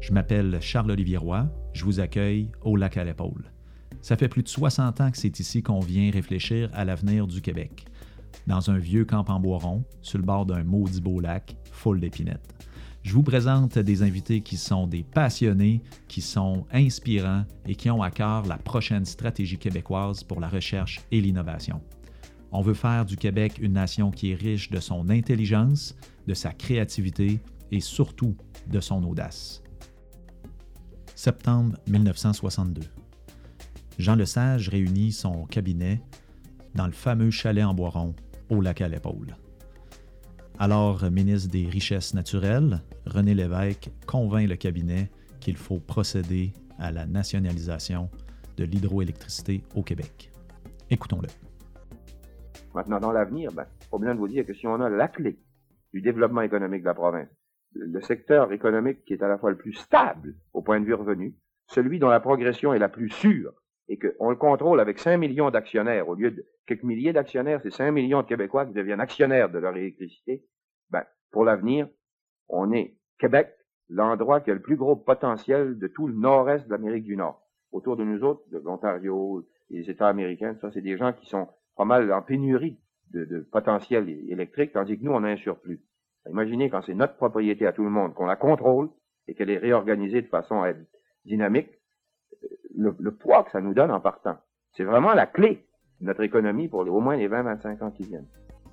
Je m'appelle Charles-Olivier Roy, je vous accueille au Lac à l'épaule. Ça fait plus de 60 ans que c'est ici qu'on vient réfléchir à l'avenir du Québec. Dans un vieux camp en bois rond, sur le bord d'un maudit beau lac, full d'épinettes. Je vous présente des invités qui sont des passionnés, qui sont inspirants et qui ont à cœur la prochaine stratégie québécoise pour la recherche et l'innovation. On veut faire du Québec une nation qui est riche de son intelligence, de sa créativité et surtout de son audace. Septembre 1962. Jean Lesage réunit son cabinet dans le fameux chalet en bois rond au Lac à l'épaule. Alors ministre des Richesses naturelles, René Lévesque convainc le cabinet qu'il faut procéder à la nationalisation de l'hydroélectricité au Québec. Écoutons-le. Maintenant, dans l'avenir, faut bien vous dire que si on a la clé du développement économique de la province, le secteur économique qui est à la fois le plus stable au point de vue revenu, celui dont la progression est la plus sûre, et qu'on le contrôle avec 5 millions d'actionnaires, au lieu de quelques milliers d'actionnaires, c'est 5 millions de Québécois qui deviennent actionnaires de leur électricité, pour l'avenir, on est Québec, l'endroit qui a le plus gros potentiel de tout le nord-est de l'Amérique du Nord. Autour de nous autres, de l'Ontario, les États américains, ça, c'est des gens qui sont pas mal en pénurie de potentiel électrique, tandis que nous, on a un surplus. Imaginez quand c'est notre propriété à tout le monde, qu'on la contrôle et qu'elle est réorganisée de façon à être dynamique, le poids que ça nous donne en partant. C'est vraiment la clé de notre économie pour au moins les 20-25 ans qui viennent.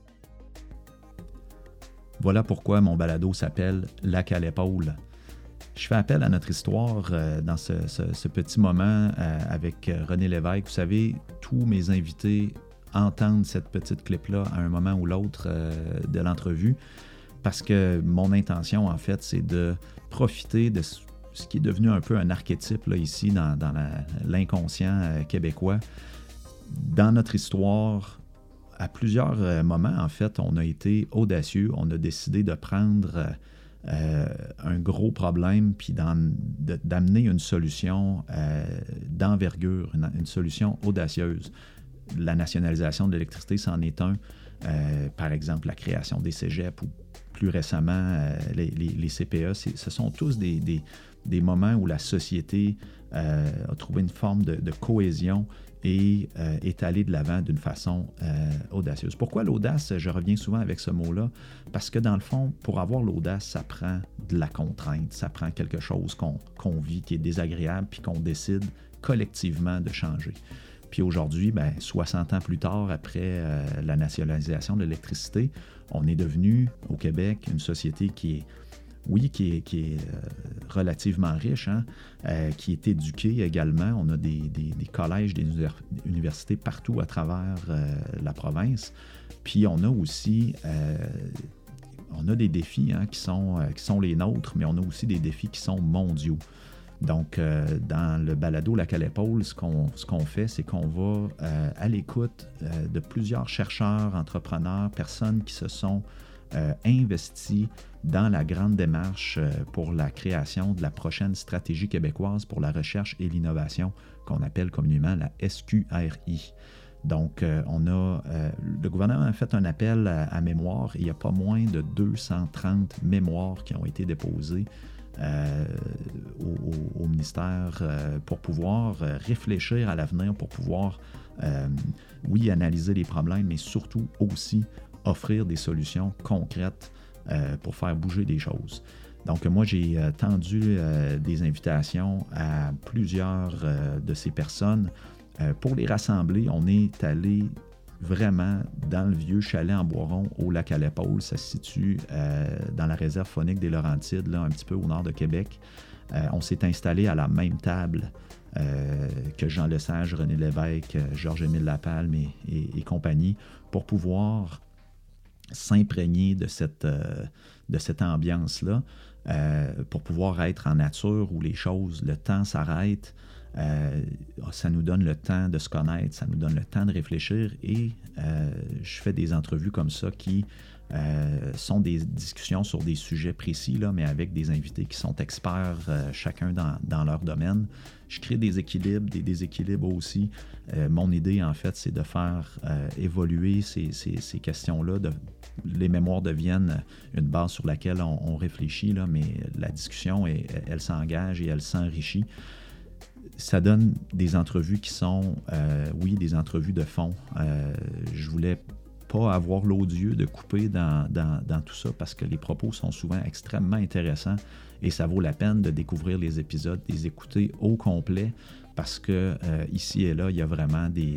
Voilà pourquoi mon balado s'appelle « Lac à l'épaule ». Je fais appel à notre histoire dans ce petit moment avec René Lévesque. Vous savez, tous mes invités entendent cette petite clip-là à un moment ou l'autre de l'entrevue parce que mon intention, en fait, c'est de profiter de ce qui est devenu un peu un archétype là, ici dans l'inconscient québécois. Dans notre histoire, à plusieurs moments, en fait, on a été audacieux. On a décidé de prendre un gros problème puis d'amener une solution d'envergure, une solution audacieuse. La nationalisation de l'électricité, c'en est un. Par exemple, la création des cégeps ou plus récemment les CPE. Ce sont tous des moments où la société a trouvé une forme de cohésion et est allée de l'avant d'une façon audacieuse. Pourquoi l'audace? Je reviens souvent avec ce mot-là, parce que dans le fond, pour avoir l'audace, ça prend de la contrainte, ça prend quelque chose qu'on vit, qui est désagréable, puis qu'on décide collectivement de changer. Puis aujourd'hui, 60 ans plus tard, après la nationalisation de l'électricité, on est devenu, au Québec, une société qui est relativement riche, qui est éduquée également. On a des collèges, des universités partout à travers la province. Puis on a aussi des défis qui sont les nôtres, mais on a aussi des défis qui sont mondiaux. Donc, dans le balado Lac à l'épaule, ce qu'on fait, c'est qu'on va à l'écoute de plusieurs chercheurs, entrepreneurs, personnes qui se sont investis dans la grande démarche pour la création de la prochaine stratégie québécoise pour la recherche et l'innovation qu'on appelle communément la SQRI. Donc, le gouvernement a fait un appel à mémoire et il n'y a pas moins de 230 mémoires qui ont été déposées au ministère pour pouvoir réfléchir à l'avenir, pour pouvoir, analyser les problèmes, mais surtout aussi offrir des solutions concrètes pour faire bouger des choses. Donc, moi, j'ai tendu des invitations à plusieurs de ces personnes. Pour les rassembler, on est allé vraiment dans le vieux chalet en bois rond au Lac à l'épaule. Ça se situe dans la réserve faunique des Laurentides, là, un petit peu au nord de Québec. On s'est installé à la même table que Jean Lesage, René Lévesque, Georges-Émile Lapalme et compagnie pour pouvoir s'imprégner de cette ambiance-là, pour pouvoir être en nature où les choses, le temps s'arrête, Ça nous donne le temps de se connaître, ça nous donne le temps de réfléchir et je fais des entrevues comme ça qui sont des discussions sur des sujets précis, là, mais avec des invités qui sont experts chacun dans leur domaine. Je crée des équilibres, des déséquilibres aussi. Mon idée, en fait, c'est de faire évoluer ces questions-là. Les mémoires deviennent une base sur laquelle on réfléchit, là, mais la discussion, elle s'engage et elle s'enrichit. Ça donne des entrevues qui sont, oui, des entrevues de fond. Je voulais pas avoir l'odieux de couper dans tout ça parce que les propos sont souvent extrêmement intéressants et ça vaut la peine de découvrir les épisodes, de les écouter au complet parce que ici et là, il y a vraiment des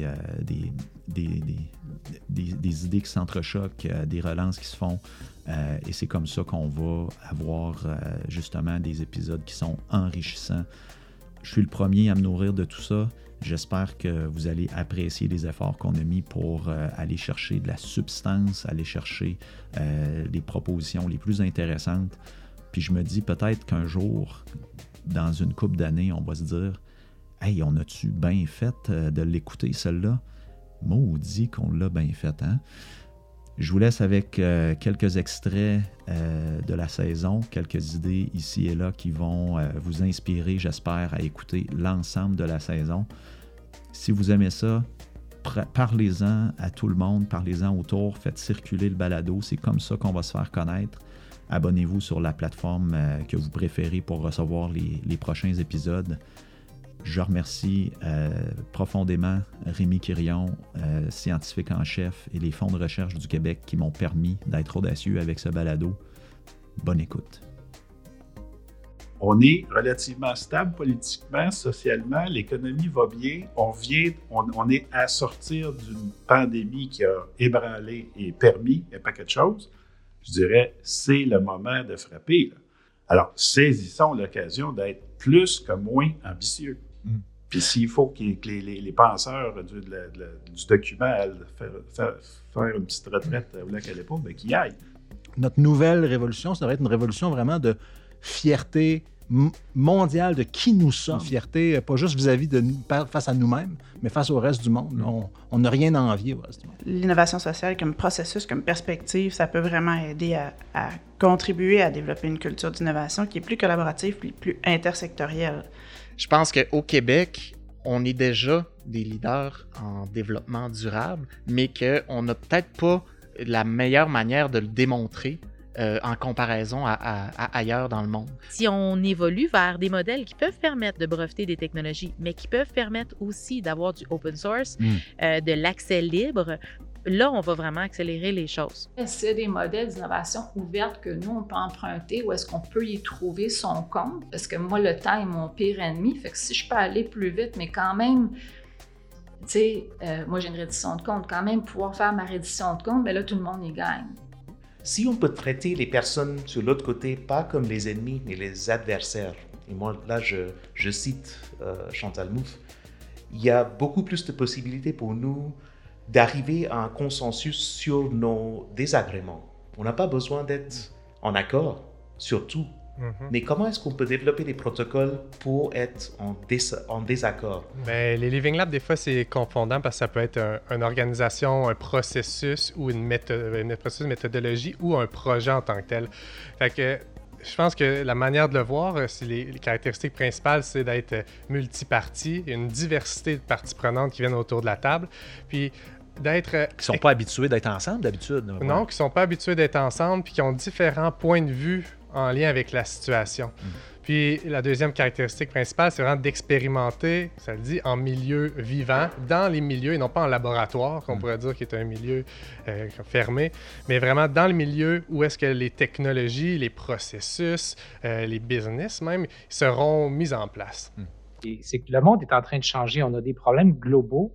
idées qui s'entrechoquent, des relances qui se font et c'est comme ça qu'on va avoir justement des épisodes qui sont enrichissants. Je suis le premier à me nourrir de tout ça. J'espère que vous allez apprécier les efforts qu'on a mis pour aller chercher de la substance, aller chercher les propositions les plus intéressantes. Puis je me dis peut-être qu'un jour, dans une couple d'années, on va se dire « Hey, on a-tu bien fait de l'écouter, celle-là? » Maudit qu'on l'a bien fait, hein? Je vous laisse avec quelques extraits de la saison, quelques idées ici et là qui vont vous inspirer, j'espère, à écouter l'ensemble de la saison. Si vous aimez ça, parlez-en à tout le monde, parlez-en autour, faites circuler le balado, c'est comme ça qu'on va se faire connaître. Abonnez-vous sur la plateforme que vous préférez pour recevoir les prochains épisodes. Je remercie profondément Rémi Quirion, scientifique en chef, et les fonds de recherche du Québec qui m'ont permis d'être audacieux avec ce balado. Bonne écoute. On est relativement stable politiquement, socialement, l'économie va bien. On est à sortir d'une pandémie qui a ébranlé et permis un paquet de choses. Je dirais, c'est le moment de frapper, là. Alors, saisissons l'occasion d'être plus que moins ambitieux. Puis s'il faut que les penseurs du document aillent faire une petite retraite au lac à l'épaule, bien qu'ils y aillent. Notre nouvelle révolution, ça devrait être une révolution vraiment de fierté mondiale de qui nous sommes. Fierté, pas juste vis-à-vis de nous, face à nous-mêmes, mais face au reste du monde. On n'a rien à envier au reste du monde. L'innovation sociale comme processus, comme perspective, ça peut vraiment aider à contribuer à développer une culture d'innovation qui est plus collaborative et plus intersectorielle. Je pense qu'au Québec, on est déjà des leaders en développement durable, mais qu'on n'a peut-être pas la meilleure manière de le démontrer en comparaison à ailleurs dans le monde. Si on évolue vers des modèles qui peuvent permettre de breveter des technologies, mais qui peuvent permettre aussi d'avoir du open source, de l'accès libre, là, on va vraiment accélérer les choses. C'est des modèles d'innovation ouverte que nous, on peut emprunter ou est-ce qu'on peut y trouver son compte? Parce que moi, le temps est mon pire ennemi. Fait que si je peux aller plus vite, mais quand même, tu sais, moi, j'ai une reddition de compte. Quand même, pouvoir faire ma reddition de compte, bien là, tout le monde y gagne. Si on peut traiter les personnes sur l'autre côté pas comme les ennemis, mais les adversaires, et moi, là, je cite Chantal Mouffe, il y a beaucoup plus de possibilités pour nous d'arriver à un consensus sur nos désagréments. On n'a pas besoin d'être en accord sur tout. Mais comment est-ce qu'on peut développer des protocoles pour être en désaccord? Bien, les Living Labs, des fois, c'est confondant parce que ça peut être une organisation, un processus ou une méthodologie ou un projet en tant que tel. Fait que je pense que la manière de le voir, c'est les caractéristiques principales, c'est d'être multipartie, une diversité de parties prenantes qui viennent autour de la table, puis d'être... Qui ne sont pas habitués d'être ensemble d'habitude. Non, qui ne sont pas habitués d'être ensemble, puis qui ont différents points de vue en lien avec la situation. Puis la deuxième caractéristique principale, c'est vraiment d'expérimenter, ça le dit, en milieu vivant, dans les milieux, et non pas en laboratoire, qu'on pourrait dire qui est un milieu fermé, mais vraiment dans le milieu où est-ce que les technologies, les processus, les business même, seront mis en place. Et c'est que le monde est en train de changer. On a des problèmes globaux,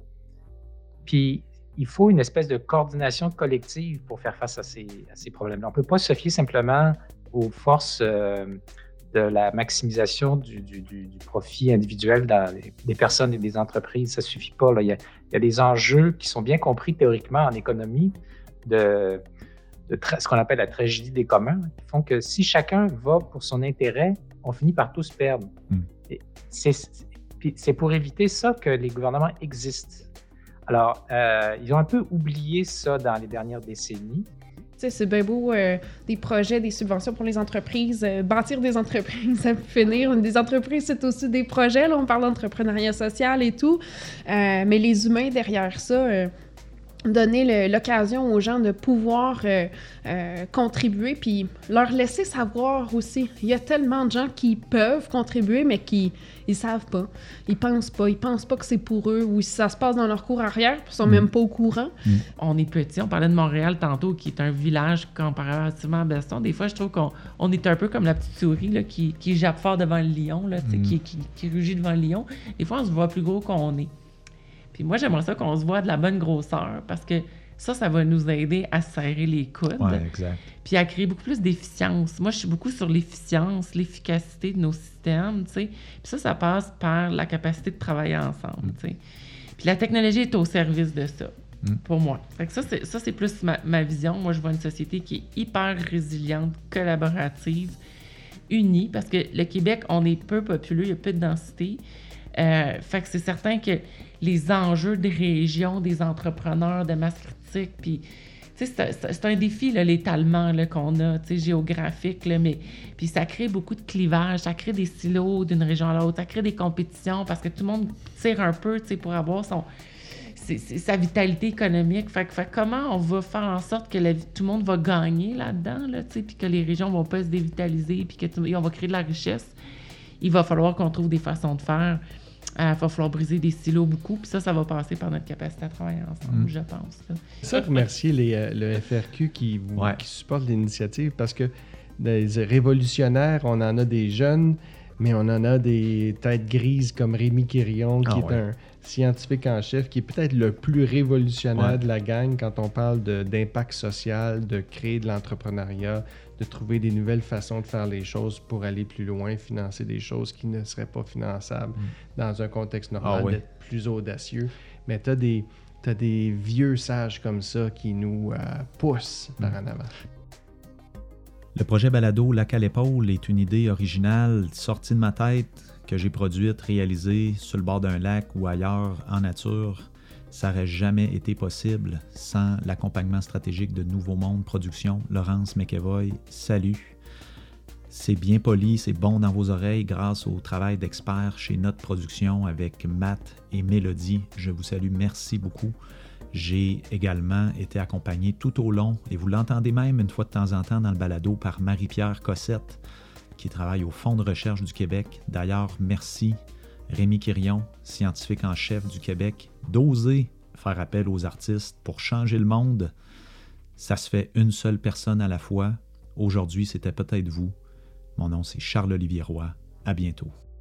puis il faut une espèce de coordination collective pour faire face à ces problèmes-là. On ne peut pas se fier simplement aux forces de la maximisation du profit individuel des personnes et des entreprises. Ça ne suffit pas, là. Il y a des enjeux qui sont bien compris théoriquement en économie de ce qu'on appelle la tragédie des communs, qui font que si chacun va pour son intérêt, on finit par tous perdre. Puis c'est pour éviter ça que les gouvernements existent. Alors, ils ont un peu oublié ça dans les dernières décennies. C'est bien beau, des projets, des subventions pour les entreprises, bâtir des entreprises à finir. Des entreprises, c'est aussi des projets. Là, on parle d'entrepreneuriat social et tout. Mais les humains derrière ça, donner l'occasion aux gens de pouvoir contribuer, puis leur laisser savoir aussi. Il y a tellement de gens qui peuvent contribuer, mais qui ils savent pas. Ils pensent pas que c'est pour eux, ou si ça se passe dans leur cour arrière, puis ils sont même pas au courant. On est petit, on parlait de Montréal tantôt, qui est un village comparativement à Beston. Des fois, je trouve qu'on est un peu comme la petite souris là, qui jappe fort devant le lion, là, qui rugit devant le lion. Des fois, on se voit plus gros qu'on est. Puis moi, j'aimerais ça qu'on se voit de la bonne grosseur, parce que ça va nous aider à serrer les coudes. Oui, exact. Puis à créer beaucoup plus d'efficience. Moi, je suis beaucoup sur l'efficience, l'efficacité de nos systèmes, tu sais. Puis ça passe par la capacité de travailler ensemble, tu sais. Puis la technologie est au service de ça, pour moi. Fait que ça, c'est plus ma vision. Moi, je vois une société qui est hyper résiliente, collaborative, unie, parce que le Québec, on est peu populeux, il y a peu de densité. Fait que c'est certain que les enjeux des régions, des entrepreneurs, de masse critique, puis c'est un défi, là, l'étalement là, qu'on a, géographique, là, mais puis ça crée beaucoup de clivages, ça crée des silos d'une région à l'autre, ça crée des compétitions parce que tout le monde tire un peu pour avoir sa vitalité économique. Fait que comment on va faire en sorte que tout le monde va gagner là-dedans, là, puis que les régions vont pas se dévitaliser, puis qu'on va créer de la richesse? Il va falloir qu'on trouve des façons de faire. Il va falloir briser des silos beaucoup, puis ça va passer par notre capacité à travailler ensemble, je pense. Là. Ça, remercier le FRQ qui supporte l'initiative, parce que des révolutionnaires, on en a des jeunes, mais on en a des têtes grises comme Rémi Quirion, qui est un scientifique en chef, qui est peut-être le plus révolutionnaire de la gang quand on parle d'impact social, de créer de l'entrepreneuriat, de trouver des nouvelles façons de faire les choses pour aller plus loin, financer des choses qui ne seraient pas finançables dans un contexte normal, d'être plus audacieux. Mais tu as des vieux sages comme ça qui nous poussent par en avant. Le projet Balado Lac à l'épaule est une idée originale sortie de ma tête que j'ai produite, réalisée sur le bord d'un lac ou ailleurs en nature. Ça n'aurait jamais été possible sans l'accompagnement stratégique de Nouveau Monde Production. Laurence McEvoy, salut. C'est bien poli, c'est bon dans vos oreilles grâce au travail d'experts chez Notre Production avec Matt et Mélodie. Je vous salue, merci beaucoup. J'ai également été accompagné tout au long, et vous l'entendez même une fois de temps en temps dans le balado, par Marie-Pierre Cossette, qui travaille au Fonds de recherche du Québec. D'ailleurs, merci Rémi Quirion, scientifique en chef du Québec, d'oser faire appel aux artistes pour changer le monde. Ça se fait une seule personne à la fois. Aujourd'hui, c'était peut-être vous. Mon nom, c'est Charles-Olivier Roy. À bientôt.